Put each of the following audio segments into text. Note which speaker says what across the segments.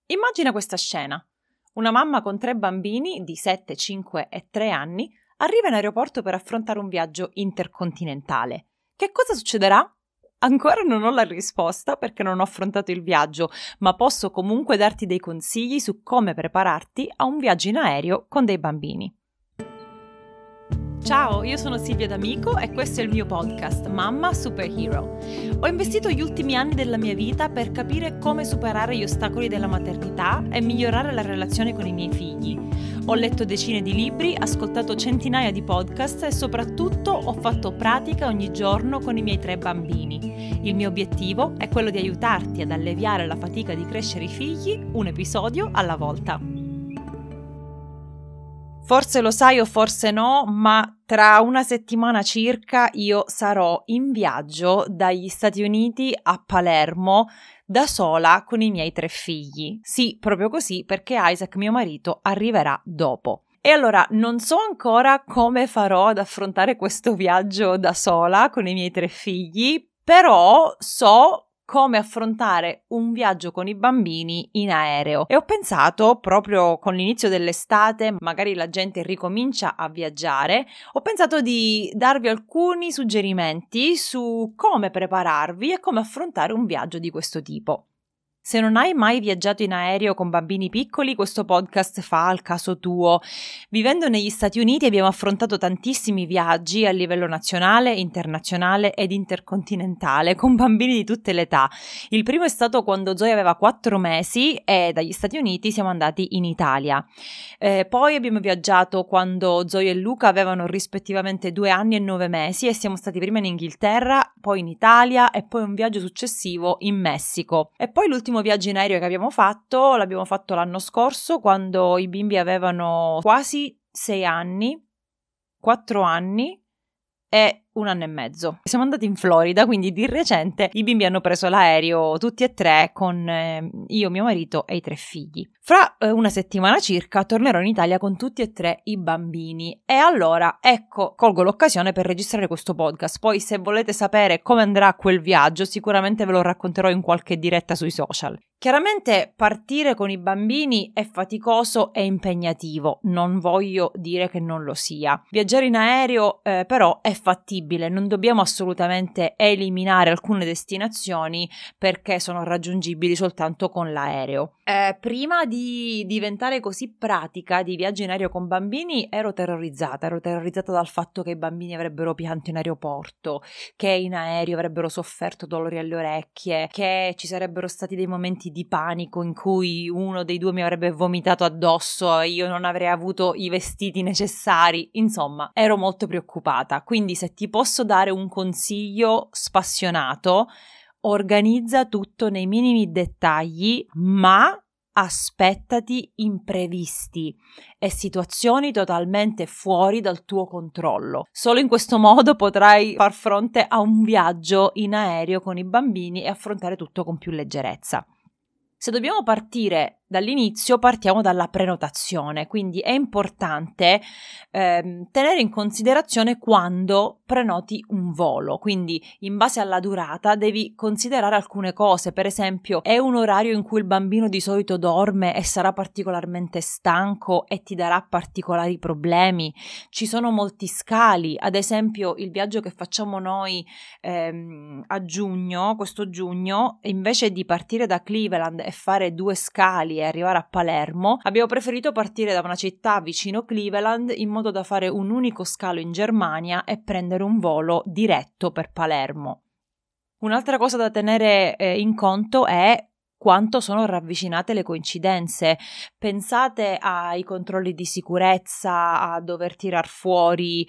Speaker 1: Immagina questa scena. Una mamma con 3 bambini di 7, 5 e 3 anni arriva in aeroporto per affrontare un viaggio intercontinentale. Che cosa succederà? Ancora non ho la risposta perché non ho affrontato il viaggio, ma posso comunque darti dei consigli su come prepararti a un viaggio in aereo con dei bambini. Ciao, io sono Silvia D'Amico e questo è il mio podcast Mamma Superhero. Ho investito gli ultimi anni della mia vita per capire come superare gli ostacoli della maternità e migliorare la relazione con i miei figli. Ho letto decine di libri, ascoltato centinaia di podcast e soprattutto ho fatto pratica ogni giorno con i miei 3 bambini. Il mio obiettivo è quello di aiutarti ad alleviare la fatica di crescere i figli un episodio alla volta. Forse lo sai o forse no, ma tra una settimana circa io sarò in viaggio dagli Stati Uniti a Palermo da sola con i miei 3 figli. Sì, proprio così, perché Isaac, mio marito, arriverà dopo. E allora non so ancora come farò ad affrontare questo viaggio da sola con i miei 3 figli, però so come affrontare un viaggio con i bambini in aereo. E ho pensato, proprio con l'inizio dell'estate, magari la gente ricomincia a viaggiare, ho pensato di darvi alcuni suggerimenti su come prepararvi e come affrontare un viaggio di questo tipo. Se non hai mai viaggiato in aereo con bambini piccoli, questo podcast fa al caso tuo. Vivendo negli Stati Uniti abbiamo affrontato tantissimi viaggi a livello nazionale, internazionale ed intercontinentale con bambini di tutte le età. Il primo è stato quando Zoe aveva 4 mesi e dagli Stati Uniti siamo andati in Italia. Poi abbiamo viaggiato quando Zoe e Luca avevano rispettivamente 2 anni e 9 mesi e siamo stati prima in Inghilterra, poi in Italia e poi un viaggio successivo in Messico. E poi l'ultimo viaggio in aereo che abbiamo fatto l'abbiamo fatto l'anno scorso quando i bimbi avevano quasi 6 anni, 4 anni e 1 anno e mezzo. Siamo andati in Florida, quindi di recente i bimbi hanno preso l'aereo tutti e 3 con io, mio marito e i 3 figli. Fra una settimana circa tornerò in Italia con tutti e 3 i bambini e allora ecco, colgo l'occasione per registrare questo podcast. Poi se volete sapere come andrà quel viaggio sicuramente ve lo racconterò in qualche diretta sui social. Chiaramente partire con i bambini è faticoso e impegnativo, non voglio dire che non lo sia. Viaggiare in aereo però è fattibile, non dobbiamo assolutamente eliminare alcune destinazioni perché sono raggiungibili soltanto con l'aereo. Prima di diventare così pratica di viaggio in aereo con bambini ero terrorizzata dal fatto che i bambini avrebbero pianto in aeroporto, che in aereo avrebbero sofferto dolori alle orecchie, che ci sarebbero stati dei momenti di panico in cui uno dei 2 mi avrebbe vomitato addosso e io non avrei avuto i vestiti necessari. Insomma, ero molto preoccupata. Quindi se ti posso dare un consiglio spassionato, organizza tutto nei minimi dettagli, ma aspettati imprevisti e situazioni totalmente fuori dal tuo controllo. Solo in questo modo potrai far fronte a un viaggio in aereo con i bambini e affrontare tutto con più leggerezza. Se dobbiamo partire dall'inizio, partiamo dalla prenotazione, quindi è importante tenere in considerazione quando prenoti un volo, quindi in base alla durata devi considerare alcune cose, per esempio è un orario in cui il bambino di solito dorme e sarà particolarmente stanco e ti darà particolari problemi, ci sono molti scali, ad esempio il viaggio che facciamo noi a giugno, questo giugno, invece di partire da Cleveland e fare 2 scali e arrivare a Palermo, abbiamo preferito partire da una città vicino Cleveland in modo da fare un unico scalo in Germania e prendere un volo diretto per Palermo. Un'altra cosa da tenere in conto è quanto sono ravvicinate le coincidenze. Pensate ai controlli di sicurezza, a dover tirar fuori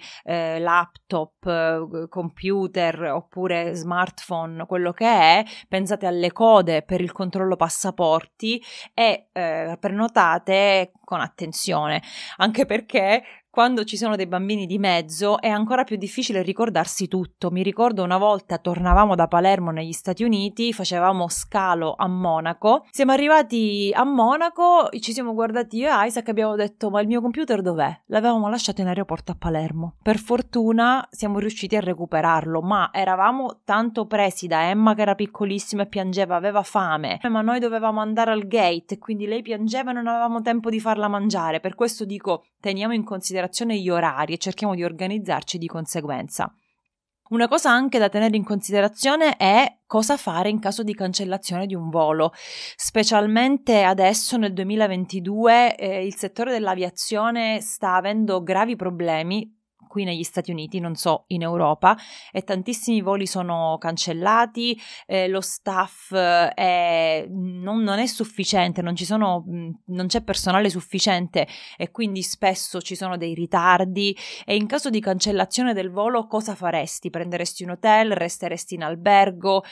Speaker 1: laptop, computer oppure smartphone, quello che è. Pensate alle code per il controllo passaporti e prenotate con attenzione, anche perché quando ci sono dei bambini di mezzo è ancora più difficile ricordarsi tutto. Mi ricordo una volta tornavamo da Palermo negli Stati Uniti, facevamo scalo a Monaco, siamo arrivati a Monaco, ci siamo guardati io e Isaac e abbiamo detto: ma il mio computer dov'è? L'avevamo lasciato in aeroporto a Palermo. Per fortuna siamo riusciti a recuperarlo, ma eravamo tanto presi da Emma che era piccolissima e piangeva, aveva fame, ma noi dovevamo andare al gate, quindi lei piangeva e non avevamo tempo di farla mangiare. Per questo dico, teniamo in considerazione gli orari e cerchiamo di organizzarci di conseguenza. Una cosa anche da tenere in considerazione è cosa fare in caso di cancellazione di un volo, specialmente adesso nel 2022 il settore dell'aviazione sta avendo gravi problemi. Qui negli Stati Uniti, non so, in Europa, e tantissimi voli sono cancellati, lo staff non è sufficiente, non c'è personale sufficiente e quindi spesso ci sono dei ritardi. E in caso di cancellazione del volo cosa faresti? Prenderesti un hotel? Resteresti in albergo?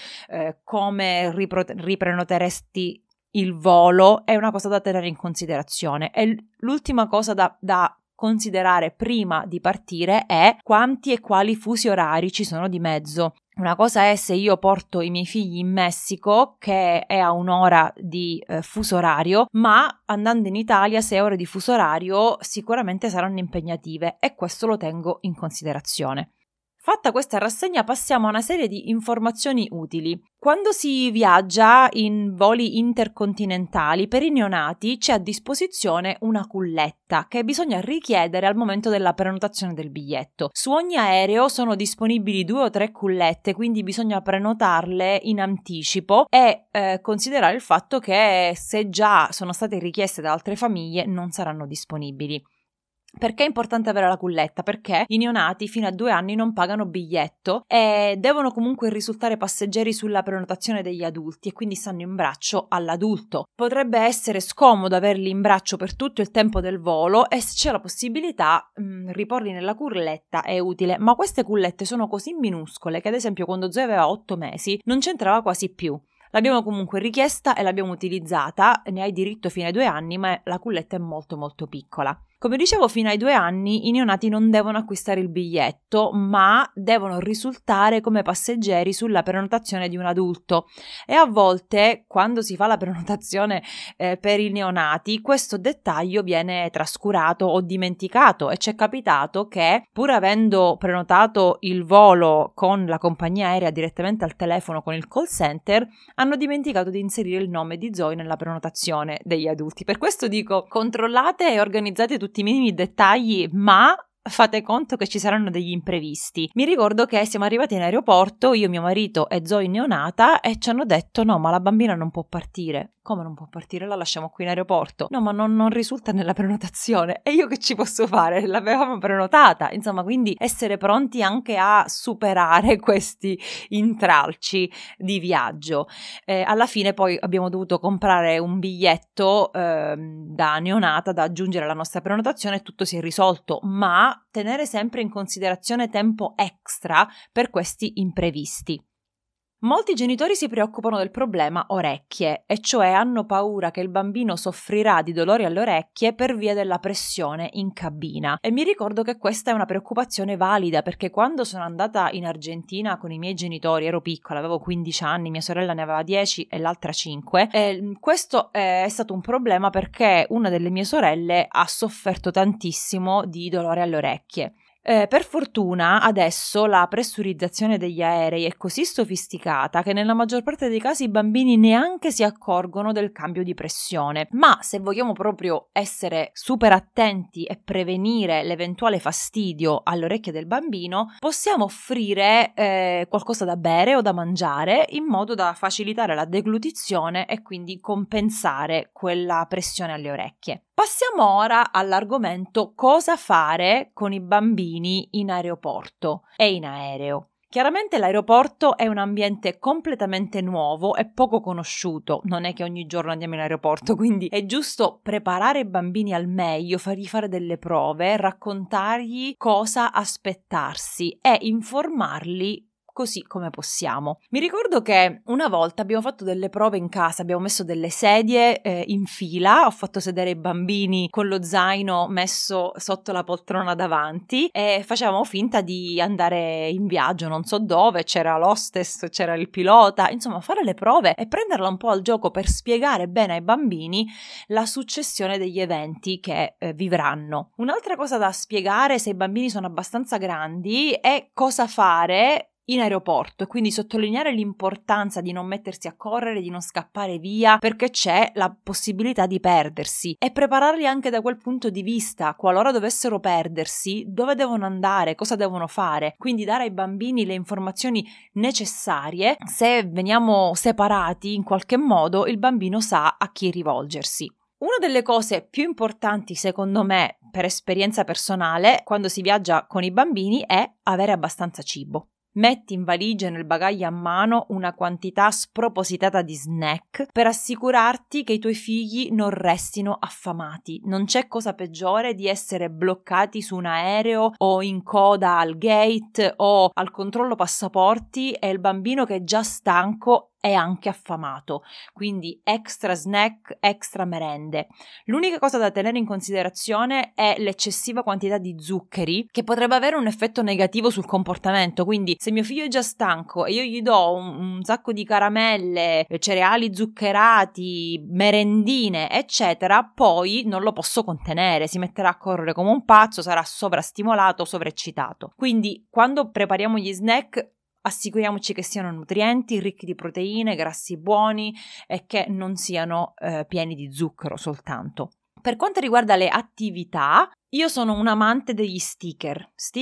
Speaker 1: Come riprenoteresti il volo? È una cosa da tenere in considerazione. E l'ultima cosa da considerare prima di partire è quanti e quali fusi orari ci sono di mezzo. Una cosa è se io porto i miei figli in Messico, che è a 1 ora di fuso orario, ma andando in Italia 6 ore di fuso orario sicuramente saranno impegnative e questo lo tengo in considerazione. Fatta questa rassegna passiamo a una serie di informazioni utili. Quando si viaggia in voli intercontinentali, per i neonati c'è a disposizione una culletta che bisogna richiedere al momento della prenotazione del biglietto. Su ogni aereo sono disponibili 2 o 3 cullette, quindi bisogna prenotarle in anticipo e considerare il fatto che se già sono state richieste da altre famiglie non saranno disponibili. Perché è importante avere la culletta? Perché i neonati fino a 2 anni non pagano biglietto e devono comunque risultare passeggeri sulla prenotazione degli adulti e quindi stanno in braccio all'adulto. Potrebbe essere scomodo averli in braccio per tutto il tempo del volo e se c'è la possibilità riporli nella culletta è utile, ma queste cullette sono così minuscole che ad esempio quando Zoe aveva 8 mesi non c'entrava quasi più. L'abbiamo comunque richiesta e l'abbiamo utilizzata, ne hai diritto fino ai 2 anni, ma la culletta è molto molto piccola. Come dicevo, fino ai 2 anni i neonati non devono acquistare il biglietto, ma devono risultare come passeggeri sulla prenotazione di un adulto. E a volte, quando si fa la prenotazione per i neonati, questo dettaglio viene trascurato o dimenticato e ci è capitato che, pur avendo prenotato il volo con la compagnia aerea direttamente al telefono con il call center, hanno dimenticato di inserire il nome di Zoe nella prenotazione degli adulti. Per questo dico, controllate e organizzate tutti i minimi dettagli, ma fate conto che ci saranno degli imprevisti. Mi ricordo che siamo arrivati in aeroporto, io, mio marito e Zoe neonata, e ci hanno detto: no, ma la bambina non può partire. Come non può partire? La lasciamo qui in aeroporto. No, ma non risulta nella prenotazione. E io che ci posso fare? L'avevamo prenotata. Insomma, quindi essere pronti anche a superare questi intralci di viaggio. Alla fine poi abbiamo dovuto comprare un biglietto da neonata da aggiungere alla nostra prenotazione e tutto si è risolto, ma tenere sempre in considerazione tempo extra per questi imprevisti. Molti genitori si preoccupano del problema orecchie, e cioè hanno paura che il bambino soffrirà di dolori alle orecchie per via della pressione in cabina. E mi ricordo che questa è una preoccupazione valida, perché quando sono andata in Argentina con i miei genitori, ero piccola, avevo 15 anni, mia sorella ne aveva 10 e l'altra 5, e questo è stato un problema perché una delle mie sorelle ha sofferto tantissimo di dolore alle orecchie. Per fortuna adesso la pressurizzazione degli aerei è così sofisticata che nella maggior parte dei casi i bambini neanche si accorgono del cambio di pressione, ma se vogliamo proprio essere super attenti e prevenire l'eventuale fastidio alle orecchie del bambino, possiamo offrire qualcosa da bere o da mangiare in modo da facilitare la deglutizione e quindi compensare quella pressione alle orecchie. Passiamo ora all'argomento cosa fare con i bambini in aeroporto e in aereo. Chiaramente l'aeroporto è un ambiente completamente nuovo e poco conosciuto, non è che ogni giorno andiamo in aeroporto, quindi è giusto preparare i bambini al meglio, fargli fare delle prove, raccontargli cosa aspettarsi e informarli così come possiamo. Mi ricordo che una volta abbiamo fatto delle prove in casa, abbiamo messo delle sedie in fila, ho fatto sedere i bambini con lo zaino messo sotto la poltrona davanti e facevamo finta di andare in viaggio, non so dove, c'era l'hostess, c'era il pilota, insomma fare le prove e prenderla un po' al gioco per spiegare bene ai bambini la successione degli eventi che vivranno. Un'altra cosa da spiegare, se i bambini sono abbastanza grandi, è cosa fare in aeroporto, e quindi sottolineare l'importanza di non mettersi a correre, di non scappare via, perché c'è la possibilità di perdersi, e prepararli anche da quel punto di vista, qualora dovessero perdersi, dove devono andare, cosa devono fare, quindi dare ai bambini le informazioni necessarie. Se veniamo separati in qualche modo, il bambino sa a chi rivolgersi. Una delle cose più importanti, secondo me, per esperienza personale, quando si viaggia con i bambini, è avere abbastanza cibo. Metti in valigia e nel bagaglio a mano una quantità spropositata di snack per assicurarti che i tuoi figli non restino affamati. Non c'è cosa peggiore di essere bloccati su un aereo o in coda al gate o al controllo passaporti e il bambino che è già stanco è anche affamato, quindi extra snack, extra merende. L'unica cosa da tenere in considerazione è l'eccessiva quantità di zuccheri, che potrebbe avere un effetto negativo sul comportamento. Quindi se mio figlio è già stanco e io gli do un sacco di caramelle, cereali zuccherati, merendine eccetera, poi non lo posso contenere, si metterà a correre come un pazzo, sarà sovrastimolato, sovraeccitato. Quindi quando prepariamo gli snack assicuriamoci che siano nutrienti, ricchi di proteine, grassi buoni e che non siano pieni di zucchero soltanto. Per quanto riguarda le attività, io sono un amante degli sticker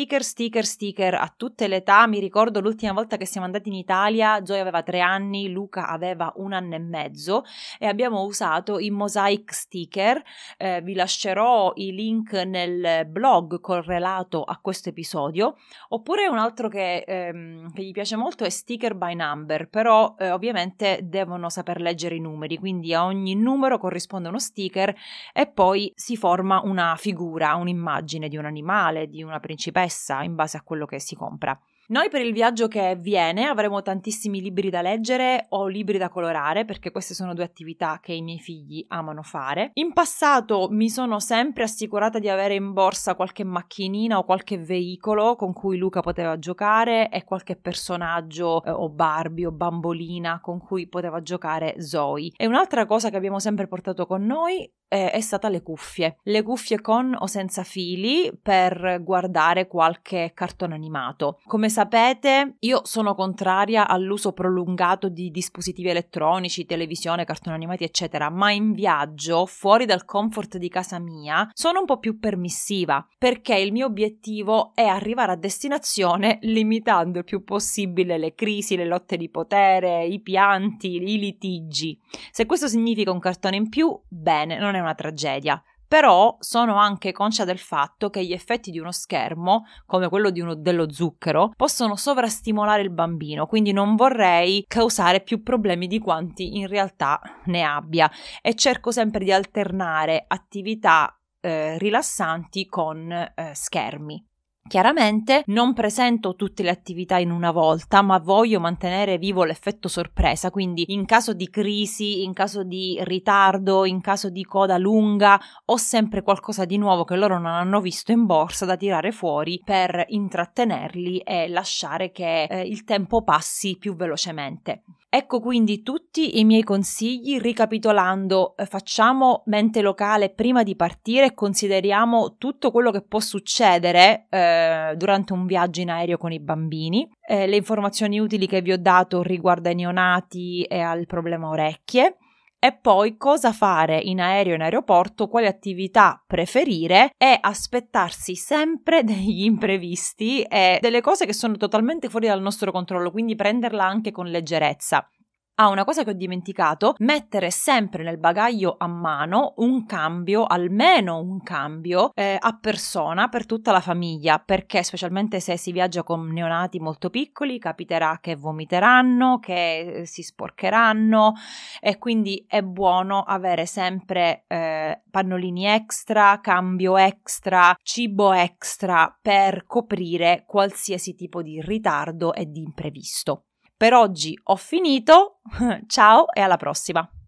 Speaker 1: a tutte le età. Mi ricordo l'ultima volta che siamo andati in Italia, Gioia aveva 3 anni, Luca aveva 1 anno e mezzo e abbiamo usato i mosaic sticker. Vi lascerò i link nel blog correlato a questo episodio. Oppure un altro che gli piace molto è sticker by number, però ovviamente devono saper leggere i numeri, quindi a ogni numero corrisponde uno sticker e poi si forma una figura, un'immagine di un animale, di una principessa, in base a quello che si compra. Noi per il viaggio che viene avremo tantissimi libri da leggere o libri da colorare, perché queste sono 2 attività che i miei figli amano fare. In passato mi sono sempre assicurata di avere in borsa qualche macchinina o qualche veicolo con cui Luca poteva giocare e qualche personaggio o Barbie o bambolina con cui poteva giocare Zoe. E un'altra cosa che abbiamo sempre portato con noi è stata le cuffie con o senza fili per guardare qualche cartone animato. Come sapete, io sono contraria all'uso prolungato di dispositivi elettronici, televisione, cartoni animati eccetera, ma in viaggio, fuori dal comfort di casa mia, sono un po' più permissiva, perché il mio obiettivo è arrivare a destinazione limitando il più possibile le crisi, le lotte di potere, i pianti, i litigi. Se questo significa un cartone in più, bene, non è una tragedia. Però sono anche conscia del fatto che gli effetti di uno schermo, come quello dello zucchero, possono sovrastimolare il bambino, quindi non vorrei causare più problemi di quanti in realtà ne abbia e cerco sempre di alternare attività rilassanti con schermi. Chiaramente non presento tutte le attività in una volta, ma voglio mantenere vivo l'effetto sorpresa, quindi in caso di crisi, in caso di ritardo, in caso di coda lunga, ho sempre qualcosa di nuovo che loro non hanno visto in borsa da tirare fuori per intrattenerli e lasciare che il tempo passi più velocemente. Ecco quindi tutti i miei consigli. Ricapitolando, facciamo mente locale prima di partire e consideriamo tutto quello che può succedere durante un viaggio in aereo con i bambini. Le informazioni utili che vi ho dato riguardo ai neonati e al problema orecchie. E poi cosa fare in aereo e in aeroporto, quali attività preferire e aspettarsi sempre degli imprevisti e delle cose che sono totalmente fuori dal nostro controllo, quindi prenderla anche con leggerezza. Una cosa che ho dimenticato, mettere sempre nel bagaglio a mano un cambio, almeno un cambio, a persona per tutta la famiglia, perché specialmente se si viaggia con neonati molto piccoli capiterà che vomiteranno, che si sporcheranno, e quindi è buono avere sempre pannolini extra, cambio extra, cibo extra per coprire qualsiasi tipo di ritardo e di imprevisto. Per oggi ho finito, ciao e alla prossima!